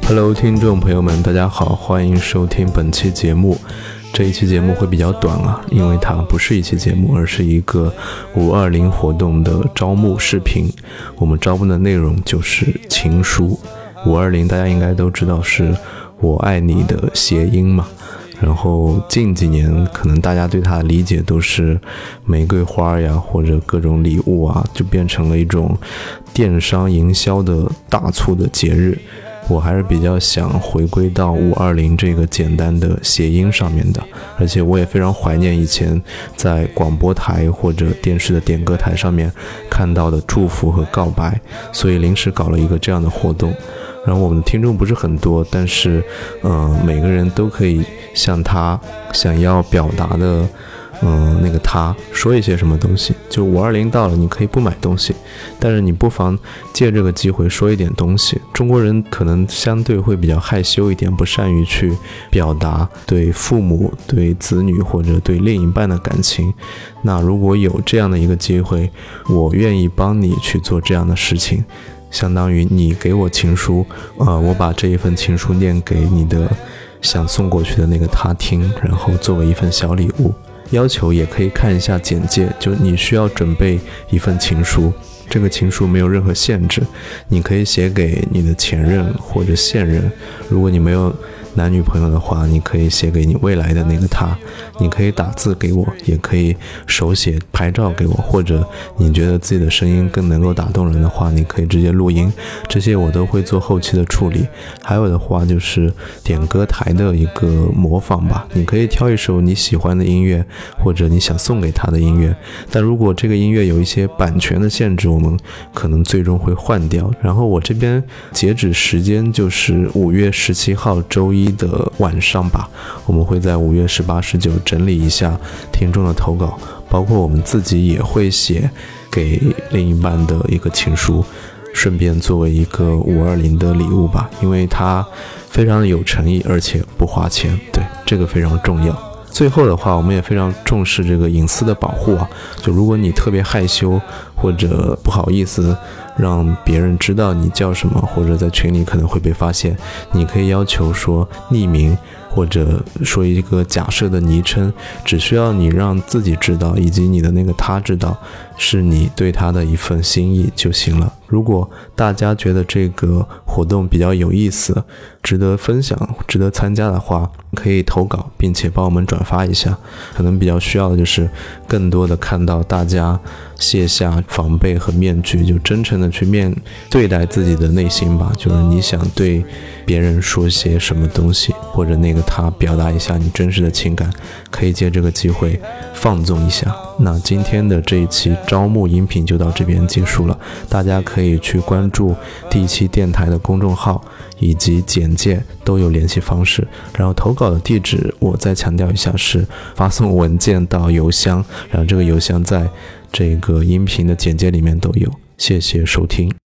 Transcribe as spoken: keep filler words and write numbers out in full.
Hello， 听众朋友们，大家好，欢迎收听本期节目。这一期节目会比较短啊，因为它不是一期节目，而是一个五二零活动的招募视频。我们招募的内容就是情书。五二零大家应该都知道是我爱你的谐音嘛，然后近几年可能大家对它的理解都是玫瑰花呀，或者各种礼物啊，就变成了一种电商营销的大促的节日。我还是比较想回归到五二零这个简单的谐音上面的，而且我也非常怀念以前在广播台或者电视的点歌台上面看到的祝福和告白，所以临时搞了一个这样的活动。然后我们的听众不是很多，但是呃，每个人都可以向他想要表达的嗯、呃，那个他说一些什么东西。就五二零到了，你可以不买东西，但是你不妨借这个机会说一点东西。中国人可能相对会比较害羞一点，不善于去表达对父母、对子女或者对另一半的感情。那如果有这样的一个机会，我愿意帮你去做这样的事情，相当于你给我情书，呃，我把这一份情书念给你的想送过去的那个他听，然后作为一份小礼物。要求也可以看一下简介，就你需要准备一份情书，这个情书没有任何限制，你可以写给你的前任或者现任，如果你没有男女朋友的话，你可以写给你未来的那个他，你可以打字给我，也可以手写拍照给我，或者你觉得自己的声音更能够打动人的话，你可以直接录音，这些我都会做后期的处理。还有的话就是点歌台的一个模仿吧，你可以挑一首你喜欢的音乐，或者你想送给他的音乐，但如果这个音乐有一些版权的限制，我们可能最终会换掉。然后我这边截止时间就是五月十七号周一的晚上吧，我们会在五月十八、十九整理一下听众的投稿，包括我们自己也会写给另一半的一个情书，顺便作为一个五二零的礼物吧，因为它非常的有诚意，而且不花钱，对，这个非常重要。最后的话，我们也非常重视这个隐私的保护啊，就如果你特别害羞或者不好意思让别人知道你叫什么，或者在群里可能会被发现，你可以要求说匿名，或者说一个假设的昵称，只需要你让自己知道，以及你的那个他知道是你对他的一份心意就行了。如果大家觉得这个活动比较有意思，值得分享，值得参加的话，可以投稿并且帮我们转发一下。可能比较需要的就是更多的看到大家卸下防备和面具，就真诚的去面对待自己的内心吧，就是你想对别人说些什么东西，或者那个他表达一下你真实的情感，可以借这个机会放纵一下。那今天的这一期招募音频就到这边结束了，大家可以去关注第一期电台的公众号，以及简介都有联系方式。然后投稿的地址我再强调一下，是发送文件到邮箱，然后这个邮箱在这个音频的简介里面都有。谢谢收听。